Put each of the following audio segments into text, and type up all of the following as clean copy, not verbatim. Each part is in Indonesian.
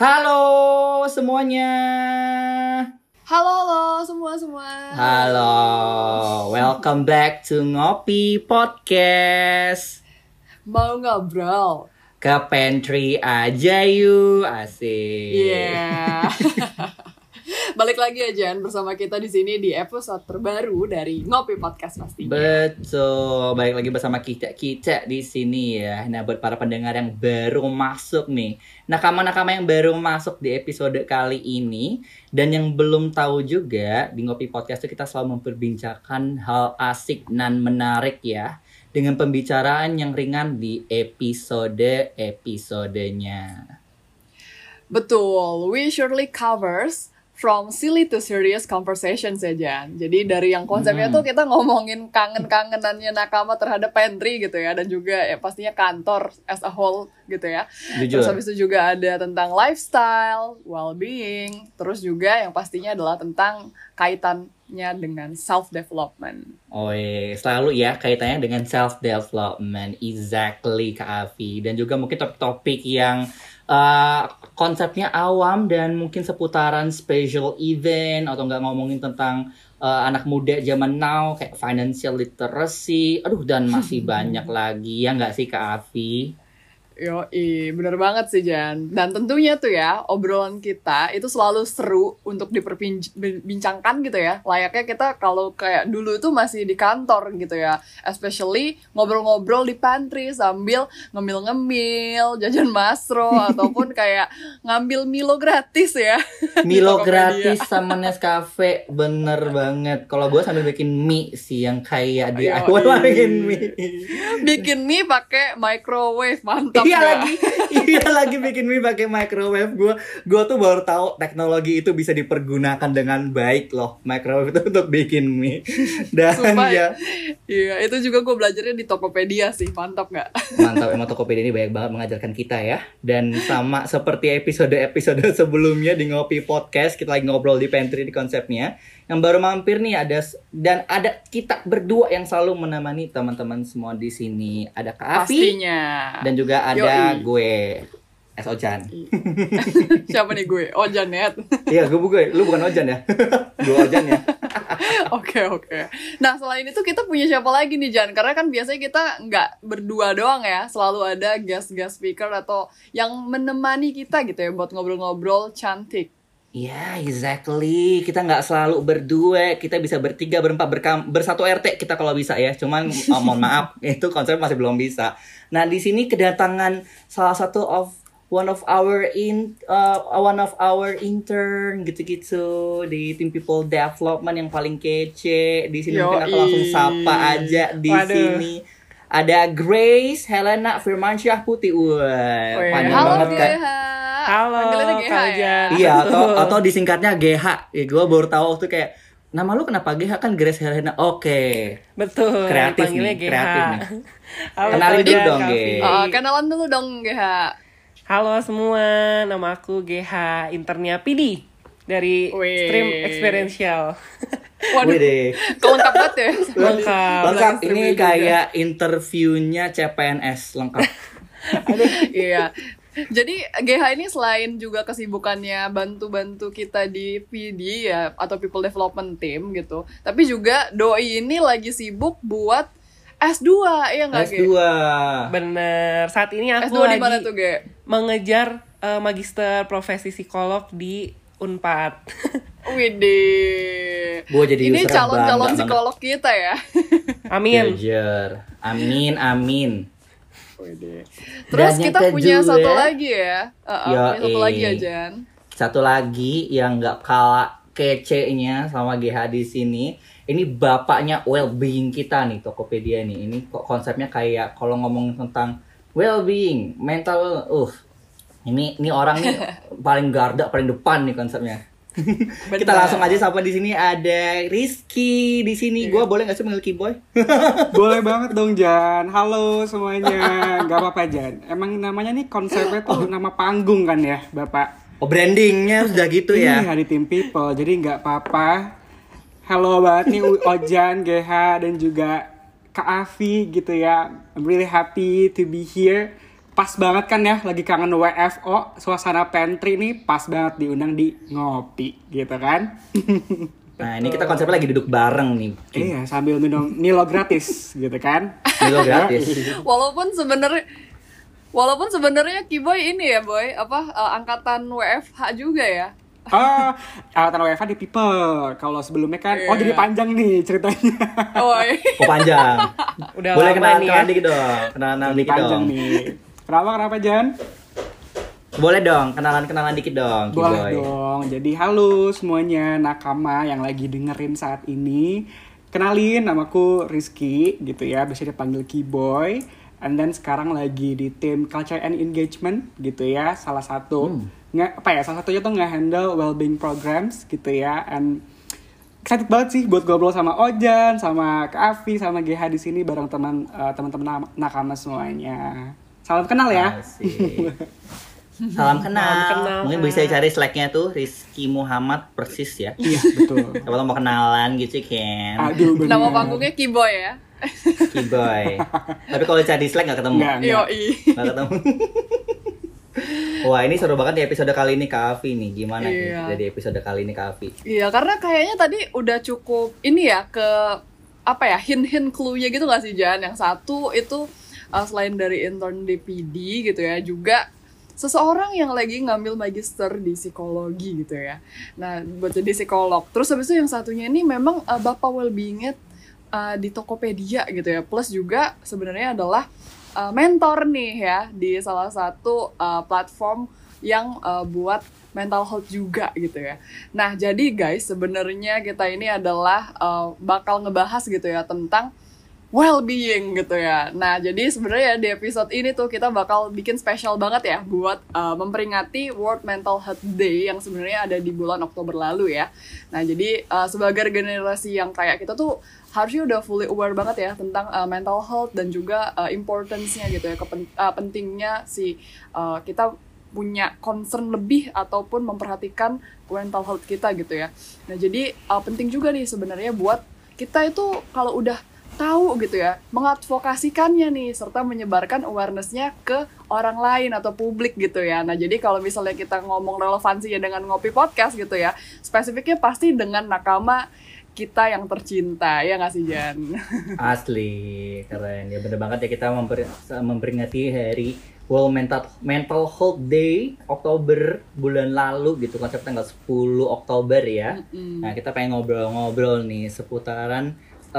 Halo semuanya. Halo semua. Halo, welcome back to Ngopi Podcast. Mau ngobrol? Ke pantry aja yuk, asik. Yeah. Balik lagi ya Jan bersama kita di sini di episode terbaru dari Ngopi Podcast pastinya. Betul, balik lagi bersama kita di sini ya. Nah, buat para pendengar yang baru masuk nih, nakama-nakama yang baru masuk di episode kali ini dan yang belum tahu juga, di Ngopi Podcast itu kita selalu memperbincangkan hal asik dan menarik ya, dengan pembicaraan yang ringan di episode-episodenya. Betul, we surely covers from silly to serious conversations ya Jan. Jadi dari yang konsepnya tuh kita ngomongin kangen-kangenannya nakama terhadap pantry gitu ya. Dan juga ya pastinya kantor as a whole gitu ya. Jujur. Terus habis itu juga ada tentang lifestyle, well-being. Terus juga yang pastinya adalah tentang kaitannya dengan self-development. Oh iya, selalu ya kaitannya dengan self-development. Exactly Kak Avi. Dan juga mungkin topik-topik yang konsepnya awam dan mungkin seputaran special event atau nggak ngomongin tentang anak muda zaman now kayak financial literacy, dan masih banyak lagi ya nggak sih Kak Avi? Yoi, bener banget sih Jan. Dan tentunya tuh ya, obrolan kita itu selalu seru untuk diperbincangkan gitu ya. Layaknya kita kalau kayak dulu tuh masih di kantor gitu ya. Especially ngobrol-ngobrol di pantry sambil ngemil-ngemil, jajan masro, ataupun kayak ngambil Milo gratis ya. Milo gratis sama Nescafe, bener banget. Kalau gue sambil bikin mie sih yang kayak DIY bikin mie. Bikin mie pakai microwave, mantap. Iya lagi bikin mie pakai microwave. Gue tuh baru tahu teknologi itu bisa dipergunakan dengan baik loh, microwave itu untuk bikin mie. Dan sumpah, ya iya itu juga gue belajarnya di Tokopedia sih, mantap nggak? Mantap, emang Tokopedia ini banyak banget mengajarkan kita ya. Dan sama seperti episode sebelumnya di Ngopi Podcast, kita lagi ngobrol di pantry di konsepnya. Yang baru mampir nih ada kita berdua yang selalu menemani teman-teman semua di sini. Ada Kak Avi. Pastinya. Dan juga ada gue, Ojan. Siapa nih gue? Ojan ya? Iya, gue. Lu bukan Ojan ya? Gue Ojan ya. Oke. Nah, selain itu kita punya siapa lagi nih, Jan? Karena kan biasanya kita nggak berdua doang ya. Selalu ada guest speaker atau yang menemani kita gitu ya buat ngobrol-ngobrol cantik. Iya, exactly. Kita nggak selalu berdua. Kita bisa bertiga, berempat, bersatu RT kita kalau bisa ya. Cuman mohon maaf, itu konsep masih belum bisa. Nah, di sini kedatangan salah satu one of our intern gitu-gitu di tim people development yang paling kece. Di sini mungkin aku langsung sapa aja di sini. Ada Grace Helena Firmansyah Putih. Panjang banget kan. Halo Kak Jan. Iya, atau disingkatnya GH. Gue baru tahu waktu kayak nama lu kenapa GH, kan Grace Helena. Oke. Betul. Kreatif nih. Halo, kenalin dulu dong, GH. Kenalan dulu dong, GH. Halo semua, nama aku GH, internnya PD dari Stream Experiential. Waduh, lengkap banget ya. Lengkap. Ini kayak interviewnya CPNS lengkap. Iya. Jadi GH ini selain juga kesibukannya bantu-bantu kita di PD ya atau People Development Team gitu, tapi juga doi ini lagi sibuk buat S2, ya nggak, S2. Bener. Saat ini aku S2 lagi di mana tuh, Ge? mengejar magister profesi psikolog di Unpad. Widih. Gua jadi ini user calon-calon bangga psikolog kita ya. Amin. Jujur. Amin. Terus Dan kita punya satu lagi ya. Punya satu lagi ya, Jan. Satu lagi yang nggak kalah kece-nya sama GH di sini. Ini bapaknya well-being kita nih, Tokopedia nih. Ini kok konsepnya kayak kalau ngomong tentang well-being, mental, ini orang nih paling garda, paling depan nih konsepnya. Kita langsung aja sapa di sini ada Rizky di sini. Gue boleh nggak sih manggil Kiboy? Boleh banget dong Jan. Halo semuanya. Gak apa-apa Jan. Emang namanya nih konsepnya tuh nama panggung kan ya Bapak? Oh, brandingnya sudah gitu ya. Iya, di Tim People. Jadi nggak apa-apa. Halo banget nih Ojan, GH dan juga Kak Avi gitu ya. I'm really happy to be here. pas banget kan ya, lagi kangen WFO, suasana pantry nih pas banget diundang di ngopi gitu kan. Nah, ini kita konsepnya lagi duduk bareng nih. Iya, sambil minum Milo gratis gitu kan. Milo gratis. Walaupun sebenarnya Kiboy ini ya boy, angkatan WFH juga ya. Oh, angkatan WFH di People. Kalau sebelumnya kan, oh jadi panjang nih ceritanya. Oh, Oh panjang. Udah Boleh lama nih ya. kenalan dikit dong. Kenalan Jadi dikit panjang dong. nih. Kenapa Jan? Boleh dong, kenalan dikit dong, Boleh Kiboy. dong. Jadi halo semuanya nakama yang lagi dengerin saat ini. Kenalin, namaku Rizky gitu ya, biasa dipanggil Kiboy. And then sekarang lagi di tim Culture and Engagement gitu ya, salah satu salah satunya tuh nge-handle well-being programs gitu ya. And excited banget sih buat ngobrol sama Ojan, sama Kak Afi, sama GH di sini bareng teman-teman nakama semuanya. Salam kenal ya. Asik. Salam kenal. Mungkin bisa cari Slack-nya tuh Rizky Muhammad persis ya. Iya, betul. Kalau mau kenalan gitu kan. Aduh, bener. Nama panggungnya Kiboy ya. Kiboy. Tapi kalau cari di Slack nggak ketemu. Enggak. Yoi. Nggak ketemu. Wah, ini seru banget di episode kali ini Kak Afi nih. Gimana Iya. nih jadi episode kali ini Kak Afi? Iya, karena kayaknya tadi udah cukup ini ya ke hint-hint clue-nya gitu gak sih Jan? Yang satu itu selain dari intern DPD gitu ya, juga seseorang yang lagi ngambil magister di psikologi gitu ya. Nah, buat jadi psikolog. Terus habis itu yang satunya ini memang Bapak Wellbeing-nya di Tokopedia gitu ya. Plus juga sebenarnya adalah mentor nih ya di salah satu platform yang buat mental health juga gitu ya. Nah, jadi guys, sebenarnya kita ini adalah bakal ngebahas gitu ya tentang well-being gitu ya. Nah, jadi sebenarnya di episode ini tuh kita bakal bikin spesial banget ya buat memperingati World Mental Health Day yang sebenarnya ada di bulan Oktober lalu ya. Nah, jadi sebagai generasi yang kayak kita tuh harusnya udah fully aware banget ya tentang mental health dan juga importance-nya gitu ya, pentingnya kita punya concern lebih ataupun memperhatikan mental health kita gitu ya. Nah, jadi penting juga nih sebenarnya buat kita itu kalau udah tahu gitu ya, mengadvokasikannya nih, serta menyebarkan awareness-nya ke orang lain atau publik gitu ya. Nah, jadi kalau misalnya kita ngomong relevansinya dengan ngopi podcast gitu ya, spesifiknya pasti dengan nakama kita yang tercinta, ya nggak sih Jan? Asli, keren. Ya bener banget ya kita memperingati hari World Mental Health Day Oktober bulan lalu gitu, konsep tanggal 10 Oktober ya. Nah, kita pengen ngobrol-ngobrol nih seputaran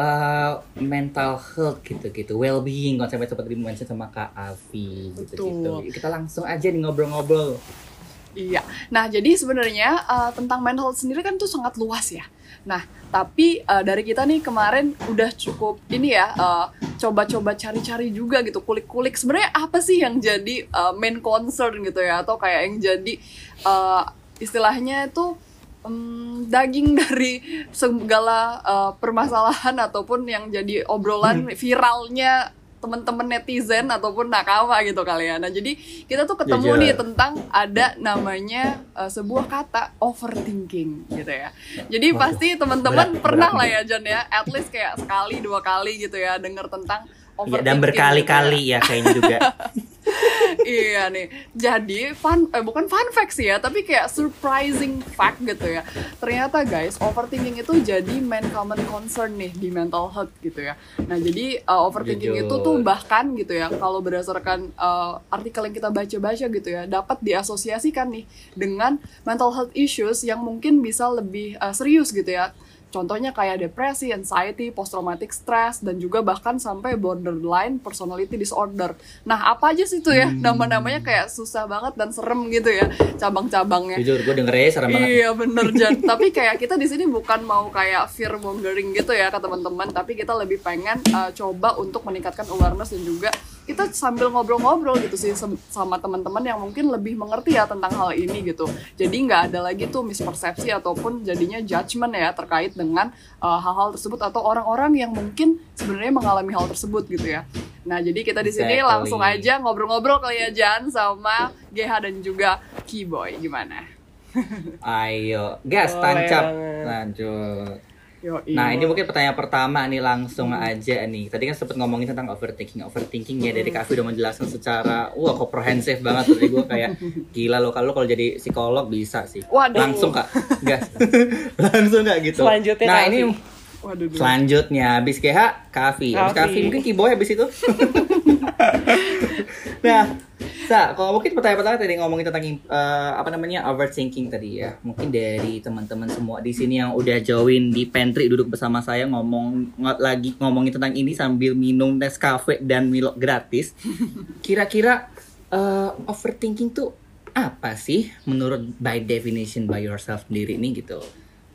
mental health gitu-gitu, well-being, konsepnya seperti di-mention sama Kak Afi gitu-gitu. Kita langsung aja nih ngobrol-ngobrol. Iya, nah jadi sebenarnya tentang mental health sendiri kan tuh sangat luas ya. Nah, tapi dari kita nih kemarin udah cukup ini ya, coba-coba cari-cari juga gitu, kulik-kulik sebenarnya apa sih yang jadi main concern gitu ya, atau kayak yang jadi istilahnya itu daging dari segala permasalahan ataupun yang jadi obrolan viralnya teman-teman netizen ataupun nakama gitu kali ya. Nah, jadi kita tuh ketemu nih tentang ada namanya sebuah kata overthinking gitu ya. Jadi pasti teman-teman pernah lah ya John ya, at least kayak sekali dua kali gitu ya dengar tentang overthinking. Ya, dan berkali-kali gitu ya kayaknya juga. Iya nih, jadi bukan fun fact sih ya, tapi kayak surprising fact gitu ya. Ternyata guys, overthinking itu jadi main common concern nih di mental health gitu ya. Nah, jadi overthinking itu tuh bahkan gitu ya, kalau berdasarkan artikel yang kita baca-baca gitu ya, dapat diasosiasikan nih dengan mental health issues yang mungkin bisa lebih serius gitu ya. Contohnya kayak depresi, anxiety, post-traumatic stress, dan juga bahkan sampai borderline personality disorder. Nah, apa aja sih itu ya? Nama-namanya kayak susah banget dan serem gitu ya, cabang-cabangnya. Jujur, gue dengernya serem banget. Iya, bener, Jan. Tapi kayak kita di sini bukan mau kayak fear mongering gitu ya ke teman-teman, tapi kita lebih pengen coba untuk meningkatkan awareness dan juga kita sambil ngobrol-ngobrol gitu sih sama teman-teman yang mungkin lebih mengerti ya tentang hal ini gitu. Jadi nggak ada lagi tuh mispersepsi ataupun jadinya judgement ya terkait dengan hal-hal tersebut atau orang-orang yang mungkin sebenarnya mengalami hal tersebut gitu ya. Nah, jadi kita di sini langsung aja ngobrol-ngobrol kali ya Jan sama GH dan juga Kiboy, gimana? Ayo, gas tancap. Lanjut. Yoi. Nah, ini mungkin pertanyaan pertama nih langsung aja nih. Tadi kan sempat ngomongin tentang overthinking ya, dari Kavi udah menjelaskan secara komprehensif banget. Tadi gue kayak gila lo, kalau jadi psikolog bisa sih. Waduh. Langsung Kak. Gas. Langsung Kak gitu. Selanjutnya nah, Kavi. ini Waduh. selanjutnya habis GH Kavi. Habis Kavi mungkin Kiboy habis itu. Nah, kalau mungkin pertanyaan tadi ngomongin tentang overthinking tadi ya. Mungkin dari teman-teman semua di sini yang udah join di pantry duduk bersama saya ngomongin tentang ini sambil minum Nescafe dan Milo gratis. Kira-kira overthinking tuh apa sih menurut by definition by yourself sendiri nih gitu?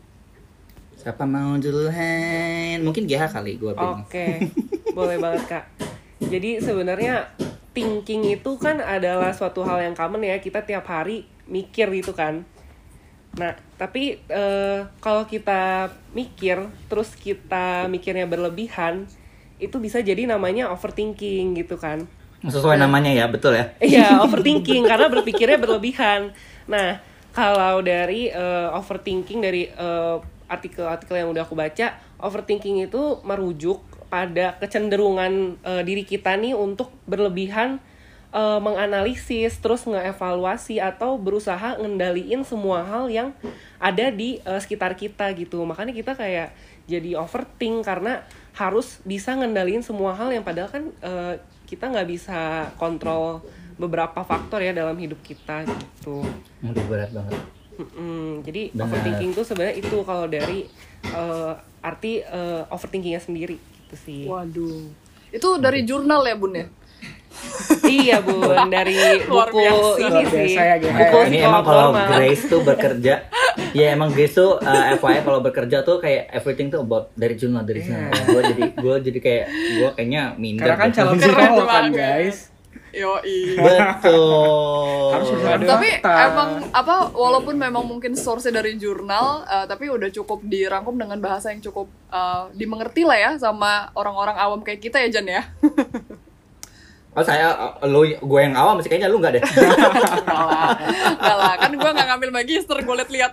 Siapa mau duluan? Mungkin GH kali gue bilang. Oke, boleh banget Kak. Jadi sebenarnya thinking itu kan adalah suatu hal yang common ya, kita tiap hari mikir gitu kan. Nah, tapi kalau kita mikir, terus kita mikirnya berlebihan, itu bisa jadi namanya overthinking gitu kan. Sesuai namanya ya, betul ya? Iya, overthinking, karena berpikirnya berlebihan. Nah, kalau dari overthinking, dari artikel-artikel yang udah aku baca, overthinking itu merujuk pada kecenderungan diri kita nih untuk berlebihan menganalisis, terus ngeevaluasi atau berusaha ngendaliin semua hal yang ada di sekitar kita gitu. Makanya kita kayak jadi overthink karena harus bisa ngendaliin semua hal yang padahal kan kita nggak bisa kontrol beberapa faktor ya dalam hidup kita gitu. Udah berat banget. Jadi Benar. overthinking tuh sebenarnya itu kalau dari arti overthinkingnya sendiri gitu sih. Waduh. Itu dari jurnal ya, Bun ya? Iya Bun, dari Luar buku biasa. ini Luar sih. biasa ya, Gem. Buku Ini psikolog emang kalau normal. Grace tuh bekerja, ya emang Grace tuh FYI kalau bekerja tuh kayak everything tuh about dari jurnal. Gue jadi kayak gue kayaknya minder. Karena kan deh. calon Keren psikolog kan banget. guys. Yoi. Betul. Harus benar. Tapi Fakta. emang walaupun memang mungkin source-nya dari jurnal, tapi udah cukup dirangkum dengan bahasa yang cukup dimengerti lah ya sama orang-orang awam kayak kita ya, Jan ya. Oh gue yang awam sih kayaknya lu nggak deh. Enggak lah, kan gue nggak ngambil magister, gue liat-liat.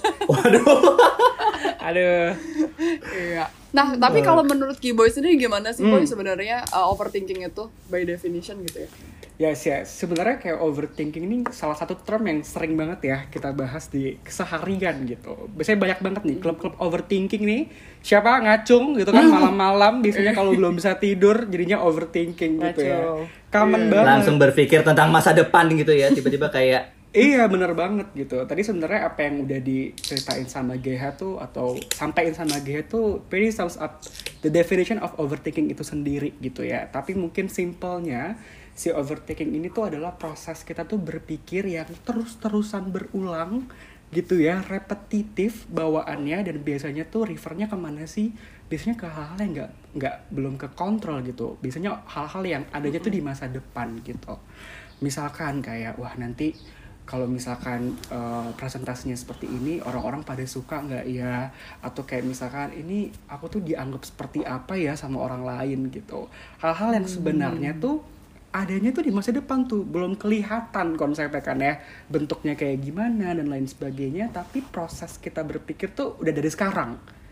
Waduh. Aduh. Iya. Nah, tapi kalau menurut Kiboy sendiri gimana sih Boy sebenarnya overthinking itu by definition gitu ya? Yes. Sebenarnya kayak overthinking ini salah satu term yang sering banget ya kita bahas di keseharian gitu. Biasanya banyak banget nih klub-klub overthinking nih. Siapa ngacung gitu kan malam-malam biasanya kalau belum bisa tidur jadinya overthinking gitu ya. Ngacung. Common banget. Langsung berpikir tentang masa depan gitu ya, tiba-tiba kayak Iya bener banget gitu. Tadi sebenarnya apa yang udah diceritain sama GH tuh atau sampaikan sama GH tuh pretty sums up the definition of overthinking itu sendiri gitu ya. Tapi mungkin simpelnya si overthinking ini tuh adalah proses kita tuh berpikir yang terus-terusan berulang gitu ya, repetitif bawaannya dan biasanya tuh refernya kemana sih? Biasanya ke hal-hal yang belum ke kontrol gitu. Biasanya hal-hal yang adanya tuh di masa depan gitu. Misalkan kayak wah nanti kalau misalkan presentasinya seperti ini orang-orang pada suka nggak ya, atau kayak misalkan ini aku tuh dianggap seperti apa ya sama orang lain gitu. Hal-hal yang sebenarnya tuh adanya tuh di masa depan tuh belum kelihatan konsepnya kan ya, bentuknya kayak gimana dan lain sebagainya, tapi proses kita berpikir tuh udah dari sekarang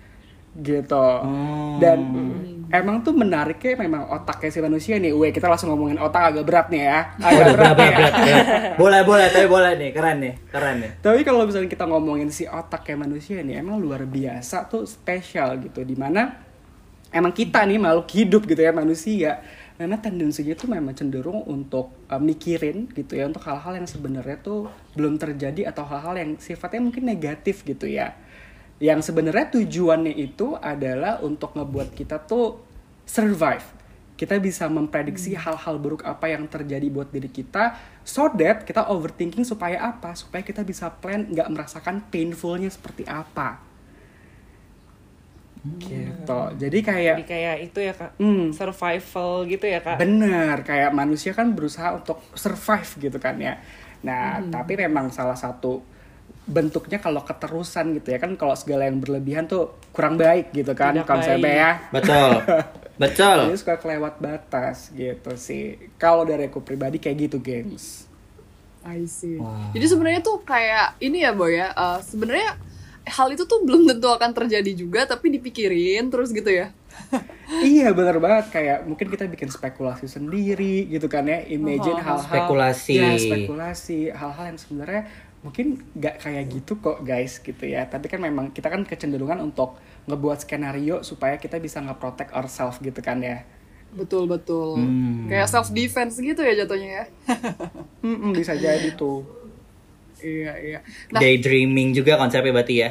gitu. Dan emang tuh menariknya memang otaknya si manusia nih. Kita langsung ngomongin otak agak berat nih ya. Agak berat ya. boleh tapi boleh nih, keren nih. Tapi kalau misalnya kita ngomongin si otaknya manusia nih emang luar biasa tuh, spesial gitu, dimana emang kita nih makhluk hidup gitu ya, manusia memang tendensinya tuh memang cenderung untuk mikirin gitu ya untuk hal-hal yang sebenarnya tuh belum terjadi atau hal-hal yang sifatnya mungkin negatif gitu ya, yang sebenarnya tujuannya itu adalah untuk ngebuat kita tuh survive. Kita bisa memprediksi hal-hal buruk apa yang terjadi buat diri kita, so that kita overthinking supaya apa? Supaya kita bisa plan, nggak merasakan painfulnya seperti apa. Gitu. Jadi kayak itu ya Kak, survival gitu ya Kak. bener, kayak manusia kan berusaha untuk survive gitu kan ya. Nah, tapi memang salah satu bentuknya kalau keterusan gitu ya kan, kalau segala yang berlebihan tuh kurang baik gitu kan Tidak konsepnya baik. ya. Betul. Jadi suka kelewat batas gitu sih. Kalau dari aku pribadi kayak gitu, gengs. I see. Wow. Jadi sebenarnya tuh kayak ini ya Boy ya, sebenarnya hal itu tuh belum tentu akan terjadi juga, tapi dipikirin terus gitu ya. Iya benar banget, kayak mungkin kita bikin spekulasi sendiri gitu kan ya, imagine hal-hal spekulasi hal-hal yang sebenarnya mungkin nggak kayak gitu kok guys gitu ya, tapi kan memang kita kan kecenderungan untuk ngebuat skenario supaya kita bisa nge-protect ourselves gitu kan ya. Betul kayak self defense gitu ya jatuhnya ya. Bisa jadi tuh. Iya. Nah, Daydreaming juga konsepnya berarti ya.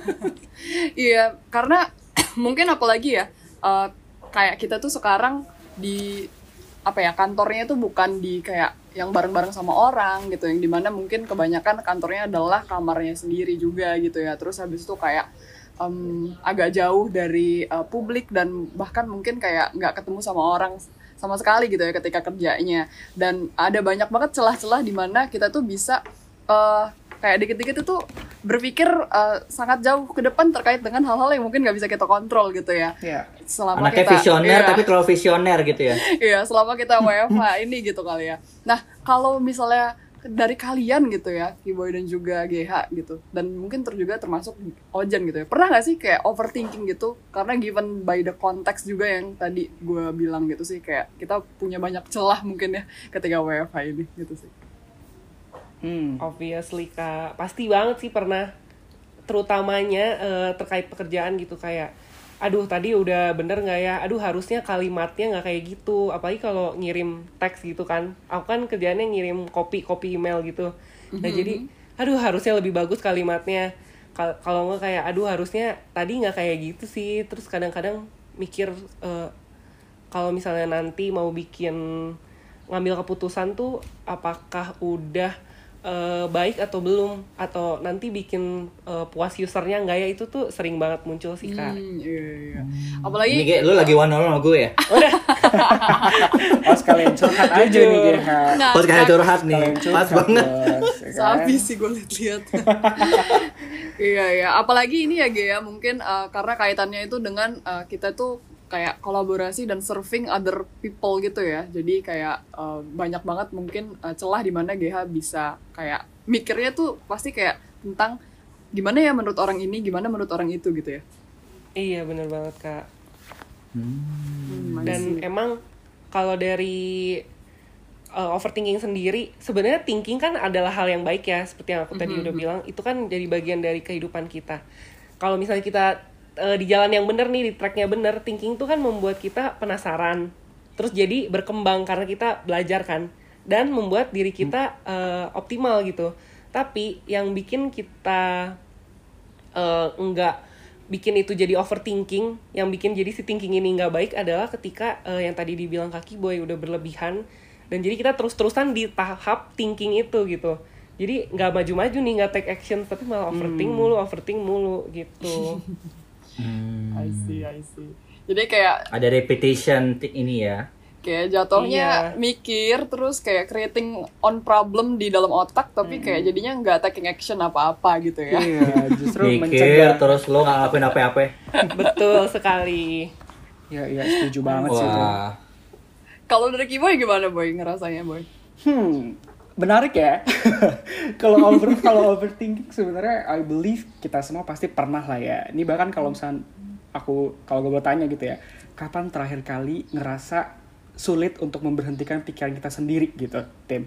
iya, karena mungkin apalagi ya, kayak kita tuh sekarang di kantornya tuh bukan di kayak yang bareng-bareng sama orang gitu, yang dimana mungkin kebanyakan kantornya adalah kamarnya sendiri juga gitu ya. Terus habis itu kayak agak jauh dari publik, dan bahkan mungkin kayak nggak ketemu sama orang sama sekali gitu ya ketika kerjanya. Dan ada banyak banget celah-celah di mana kita tuh bisa kayak dikit-dikit itu berpikir sangat jauh ke depan terkait dengan hal-hal yang mungkin nggak bisa kita kontrol gitu ya. Yeah. Selama Anaknya kita visioner tapi terlalu visioner gitu ya. Iya, selama kita WFH ini gitu kali ya. Nah, kalau misalnya dari kalian gitu ya, Kiboy dan juga GH gitu, dan mungkin juga termasuk Ojan gitu ya, pernah nggak sih kayak overthinking gitu? Karena given by the context juga yang tadi gue bilang gitu sih, kayak kita punya banyak celah mungkin ya ketika WFH ini gitu sih. Obviously Kak, pasti banget sih pernah, terutamanya terkait pekerjaan gitu, kayak aduh tadi udah bener nggak ya, aduh harusnya kalimatnya nggak kayak gitu, apalagi kalau ngirim teks gitu kan, aku kan kerjaannya ngirim copy email gitu, nah jadi aduh harusnya lebih bagus kalimatnya, kalau nggak kayak aduh harusnya tadi nggak kayak gitu sih. Terus kadang-kadang mikir kalau misalnya nanti mau ngambil keputusan tuh apakah udah baik atau belum, atau nanti bikin puas usernya nggak ya, itu tuh sering banget muncul sih Kak. Iya. Apalagi Ini kayak lu lagi one-on-one sama gue ya? Oh sekalian curhat aja nih GH. Nah, Pas kayak curhat nih, Sekalian curhat, pas banget. bos, ya kan? sapi sih gue lihat. Iya. Apalagi ini ya Gea, mungkin karena kaitannya itu dengan kita tuh kayak kolaborasi dan serving other people gitu ya. Jadi kayak banyak banget mungkin celah di mana GH bisa kayak mikirnya tuh pasti kayak tentang gimana ya menurut orang ini, gimana menurut orang itu gitu ya. Iya bener banget Kak. Dan Nice. emang kalau dari overthinking sendiri, sebenarnya thinking kan adalah hal yang baik ya, seperti yang aku tadi udah bilang, itu kan jadi bagian dari kehidupan kita. Kalau misalnya kita di jalan yang bener nih, di tracknya bener, thinking tuh kan membuat kita penasaran, terus jadi berkembang karena kita belajar kan, dan membuat diri kita optimal gitu. Tapi yang bikin kita enggak bikin itu jadi overthinking, yang bikin jadi si thinking ini nggak baik adalah ketika yang tadi dibilang Kaki Boy udah berlebihan, dan jadi kita terus-terusan di tahap thinking itu gitu. Jadi nggak maju-maju nih, nggak take action, tapi malah overthink mulu gitu. I see. Jadi kayak Ada repetition ini ya. jatuhnya mikir terus kayak creating on problem di dalam otak, tapi kayak jadinya nggak taking action apa-apa gitu ya. Iya, justru Mikir mencegah. terus lo nggak ngelakuin apa-apa. Betul sekali. Iya, setuju banget sih itu. Wah. Kalau dari Kiboy gimana Boy ngerasanya Boy? Menarik ya. Kalau overthinking sebenarnya I believe kita semua pasti pernah lah ya. Ini bahkan kalau misalnya kalau gue mau tanya gitu ya, kapan terakhir kali ngerasa sulit untuk memberhentikan pikiran kita sendiri gitu, Tim?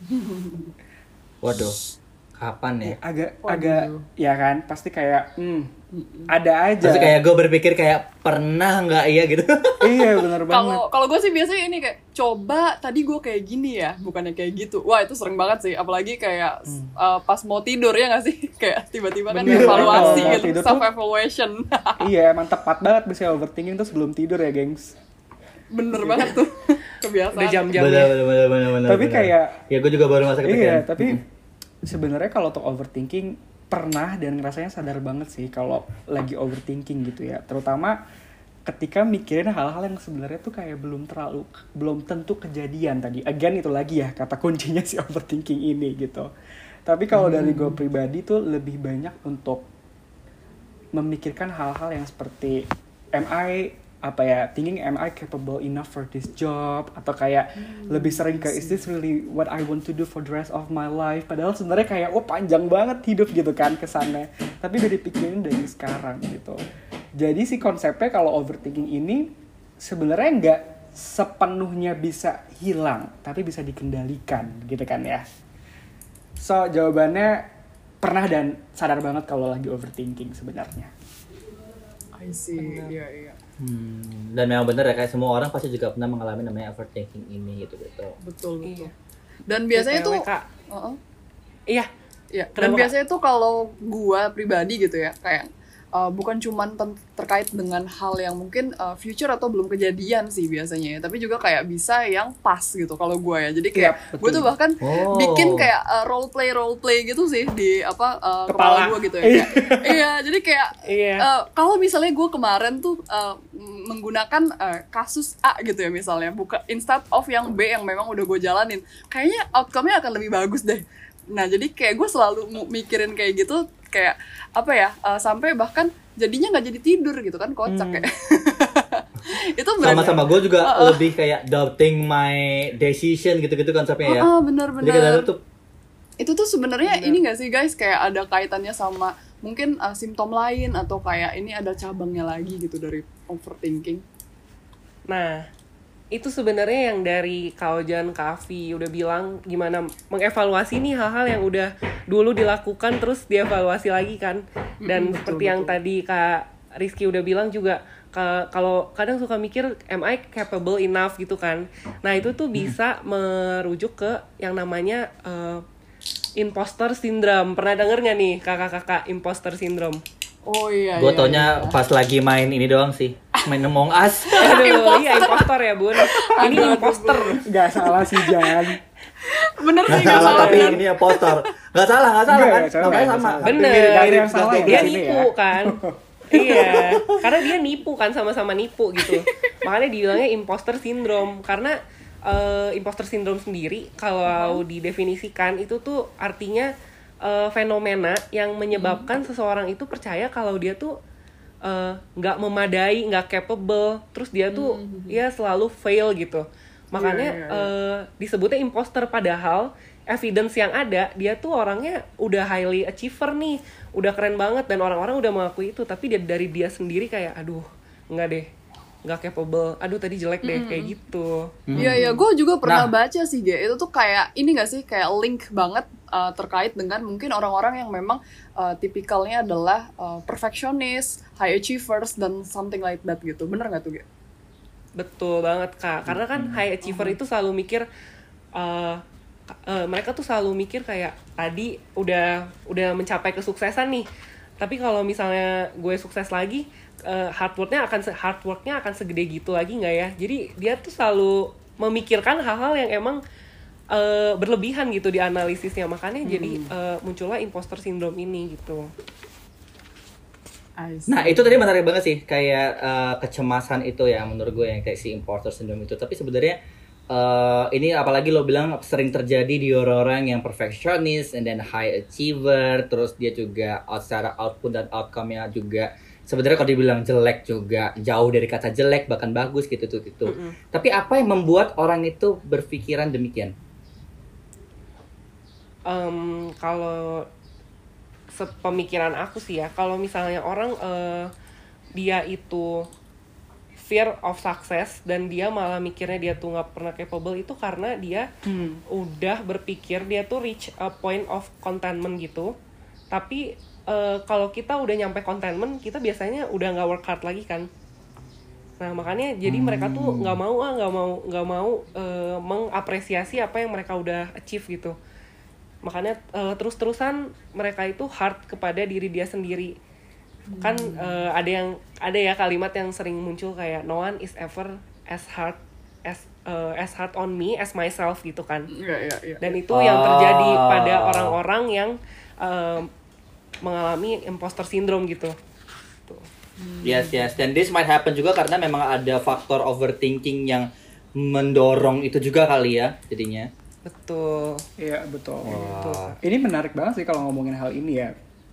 Waduh. Kapan ya? Agak ya kan, pasti kayak ada aja. Terus kayak gue berpikir kayak pernah nggak ya gitu. Iya benar banget. Kalau gue sih biasanya ini kayak coba tadi gue kayak gini ya, bukannya kayak gitu. Wah itu sering banget sih, apalagi kayak pas mau tidur ya nggak sih, kayak tiba-tiba kan Bener, evaluasi kalau gitu, tidur tuh- self evaluation. Iya, emang tepat banget bisa overthinking tuh sebelum tidur ya, gengs. Bener banget tuh kebiasaan. Udah jam-jamnya. Bener. Tapi kayak ya gue juga baru masa kepikiran. iya, tapi sebenarnya kalau untuk overthinking pernah dan rasanya sadar banget sih kalau lagi overthinking gitu ya. Terutama ketika mikirin hal-hal yang sebenarnya tuh kayak belum tentu kejadian tadi. Again itu lagi ya kata kuncinya si overthinking ini gitu. Tapi kalau dari gue pribadi tuh lebih banyak untuk memikirkan hal-hal yang seperti am I apa ya, thinking am I capable enough for this job, atau kayak lebih sering ke is this really what I want to do for the rest of my life, padahal sebenarnya kayak panjang banget hidup gitu kan kesannya, tapi udah dipikirin dari sekarang gitu. Jadi si konsepnya kalau overthinking ini sebenarnya nggak sepenuhnya bisa hilang, tapi bisa dikendalikan gitu kan ya. So jawabannya pernah dan sadar banget kalau lagi overthinking sebenarnya. I see. Iya. Dan memang bener ya, kayak semua orang pasti juga pernah mengalami namanya overthinking ini gitu. Betul. Iya. Dan biasanya tuh Kak. uh-uh. Iya. Ya, dan Kenapa, biasanya tuh kalau gua pribadi gitu ya, kayak bukan cuman terkait dengan hal yang mungkin future atau belum kejadian sih biasanya ya, tapi juga kayak bisa yang pas gitu kalau gua ya. Jadi kayak gue tuh bahkan bikin kayak role play gitu sih di kepala gua gitu ya. Kayak, iya, jadi kayak kalau misalnya gua kemarin tuh menggunakan kasus A gitu ya misalnya, bukan instead of yang B yang memang udah gue jalanin, kayaknya outcome-nya akan lebih bagus deh. Nah, jadi kayak gue selalu mikirin kayak gitu, kayak sampai bahkan jadinya nggak jadi tidur gitu kan, kocak kayak. Itu sama-sama gue juga lebih kayak doubting my decision gitu-gitu konsepnya ya. Bener-bener. Jadi itu tuh sebenarnya ini nggak sih guys, kayak ada kaitannya sama mungkin simptom lain, atau kayak ini ada cabangnya lagi gitu dari overthinking. Nah, itu sebenarnya yang dari Kak Ojan, Kak Afi udah bilang gimana mengevaluasi nih hal-hal yang udah dulu dilakukan terus dievaluasi lagi kan. Dan seperti yang tadi Kak Rizky udah bilang juga, kalau kadang suka mikir am I capable enough gitu kan. Nah, itu tuh bisa merujuk ke yang namanya imposter syndrome. Pernah denger nggak nih kakak-kakak imposter syndrome? Oh iya. Gue taunya pas lagi main ini doang sih, main Among Us. Aduh, iya impostor ya bun. Ini imposter. Gak salah sih Jan. Bener sih, Nggak salah, tapi ini imposter. Nggak salah kan? Namanya sama. Bener. Salah Dia di sini nipu kan. Iya, karena dia nipu kan, sama-sama nipu gitu. Makanya dibilangnya imposter syndrome. Karena imposter syndrome sendiri kalau didefinisikan itu tuh artinya fenomena yang menyebabkan seseorang itu percaya kalau dia tuh nggak memadai, nggak capable, terus dia tuh ya selalu fail gitu. Makanya disebutnya imposter, padahal evidence yang ada dia tuh orangnya udah highly achiever nih, udah keren banget dan orang-orang udah mengakui itu, tapi dari dia sendiri kayak aduh nggak deh, nggak capable, aduh tadi jelek deh, kayak gitu. Iya, gue juga pernah baca sih dia, itu tuh kayak ini nggak sih, kayak link banget terkait dengan mungkin orang-orang yang memang tipikalnya adalah perfectionist, high achievers dan something like that gitu. Bener nggak tuh Ge? Betul banget Kak, karena kan high achiever itu selalu mikir mereka tuh selalu mikir kayak tadi udah mencapai kesuksesan nih, tapi kalau misalnya gue sukses lagi, hard worknya akan segede gitu lagi nggak ya? Jadi dia tuh selalu memikirkan hal-hal yang emang berlebihan gitu di analisisnya, makanya jadi muncullah imposter syndrome ini gitu. Nah itu tadi menarik banget sih, kayak kecemasan itu ya menurut gue yang kayak si imposter syndrome itu. Tapi sebenarnya ini apalagi lo bilang sering terjadi di orang-orang yang perfectionist and then high achiever, terus dia juga secara output dan outcome-nya juga sebenarnya kalau dibilang jelek juga jauh dari kata jelek, bahkan bagus gitu. Tapi apa yang membuat orang itu berpikiran demikian? Kalau sepemikiran aku sih ya, kalau misalnya orang dia itu fear of success dan dia malah mikirnya dia tuh nggak pernah capable, itu karena dia udah berpikir dia tuh reach a point of contentment gitu. Tapi kalau kita udah nyampe contentment, kita biasanya udah nggak work hard lagi kan. Nah makanya jadi mereka tuh nggak mau mengapresiasi apa yang mereka udah achieve gitu. Makanya terus-terusan mereka itu hard kepada diri dia sendiri. Kan ada ya kalimat yang sering muncul kayak no one is ever as hard on me as myself gitu kan. Iya. Dan itu yang terjadi pada orang-orang yang mengalami imposter syndrome gitu. Tuh. Yes. Dan this might happen juga karena memang ada faktor overthinking yang mendorong itu juga kali ya jadinya. Betul. Iya betul. Wah. Ini menarik banget sih kalau ngomongin hal ini ya.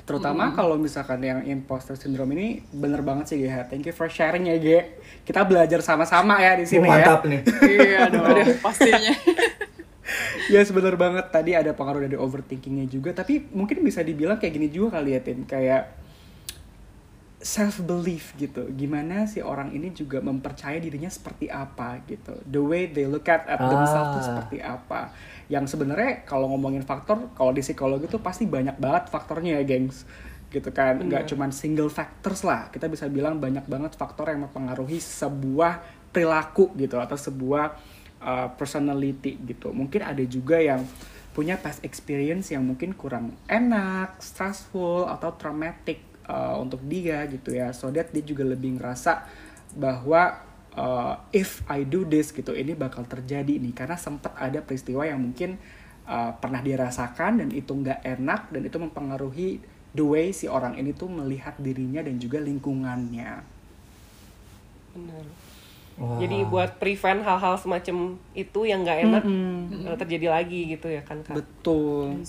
Terutama kalau misalkan yang imposter syndrome ini bener banget sih GH. Thank you for sharing ya G. Kita belajar sama-sama ya di sini Mantap ya. nih. Iya dong, pastinya. Ya bener banget, tadi ada pengaruh dari overthinkingnya juga. Tapi mungkin bisa dibilang kayak gini juga kali ya Tin. Kayak self belief gitu. Gimana si orang ini juga mempercaya dirinya seperti apa gitu. The way they look at themselves tuh seperti apa. Yang sebenarnya kalau ngomongin faktor, kalau di psikologi tuh pasti banyak banget faktornya ya gengs, gitu kan. Nggak cuman single factors lah, kita bisa bilang banyak banget faktor yang mempengaruhi sebuah perilaku gitu atau sebuah personality gitu. Mungkin ada juga yang punya past experience yang mungkin kurang enak, stressful atau traumatic untuk dia gitu ya, so that dia juga lebih ngerasa bahwa if I do this gitu, ini bakal terjadi nih karena sempat ada peristiwa yang mungkin pernah dirasakan dan itu nggak enak dan itu mempengaruhi the way si orang ini tuh melihat dirinya dan juga lingkungannya. Benar. Wah. Jadi buat prevent hal-hal semacam itu yang nggak enak terjadi lagi gitu ya kan Kak? Betul.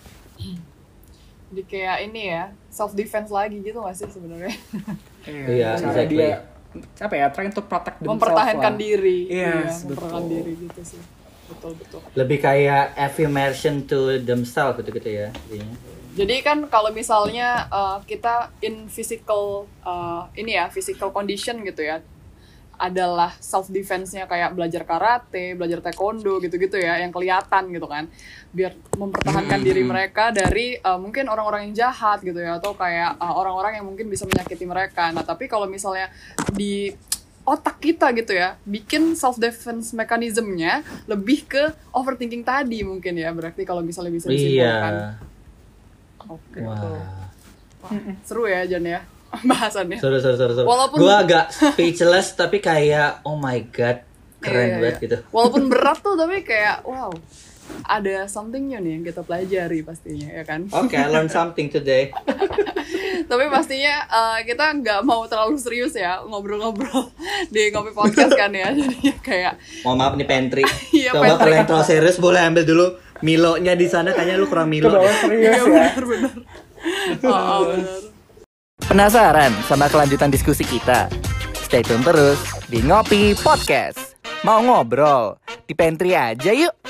Jadi kayak ini ya, self defense lagi gitu gak sih sebenarnya? Iya, cara exactly. dia apa ya, trying to protect themselves Mempertahankan lah. diri. Yes, mempertahankan betul. diri gitu sih. Betul. Lebih kayak affirmation to themselves gitu ya. Jadinya. Jadi kan kalau misalnya kita in physical physical condition gitu ya, adalah self defense-nya kayak belajar karate, belajar taekwondo gitu-gitu ya, yang kelihatan gitu kan, biar mempertahankan diri mereka dari mungkin orang-orang yang jahat gitu ya, atau kayak orang-orang yang mungkin bisa menyakiti mereka. Nah tapi kalau misalnya di otak kita gitu ya, bikin self defense mechanism-nya lebih ke overthinking tadi mungkin ya, berarti kalau misalnya bisa disimpulkan. Iya. Oke. Wah. Seru ya Jan ya bahasannya. Seru. Walaupun- Gue agak speechless tapi kayak oh my god, keren Iya, banget iya. gitu. Walaupun berat tuh tapi kayak wow, ada something new nih yang kita pelajari pastinya ya kan. Oke, I learned something today. Tapi pastinya kita nggak mau terlalu serius ya ngobrol-ngobrol di Ngopi Podcast kan ya. Jadi kayak Mohon maaf nih pantry. Iya, Coba pantry. kalau yang terlalu serius boleh ambil dulu Milonya di sana, kayaknya lu kurang Milo. Kebawa deh. serius ya. benar. Benar. Penasaran sama kelanjutan diskusi kita? Stay tune terus di Ngopi Podcast. Mau ngobrol? Di pantry aja yuk!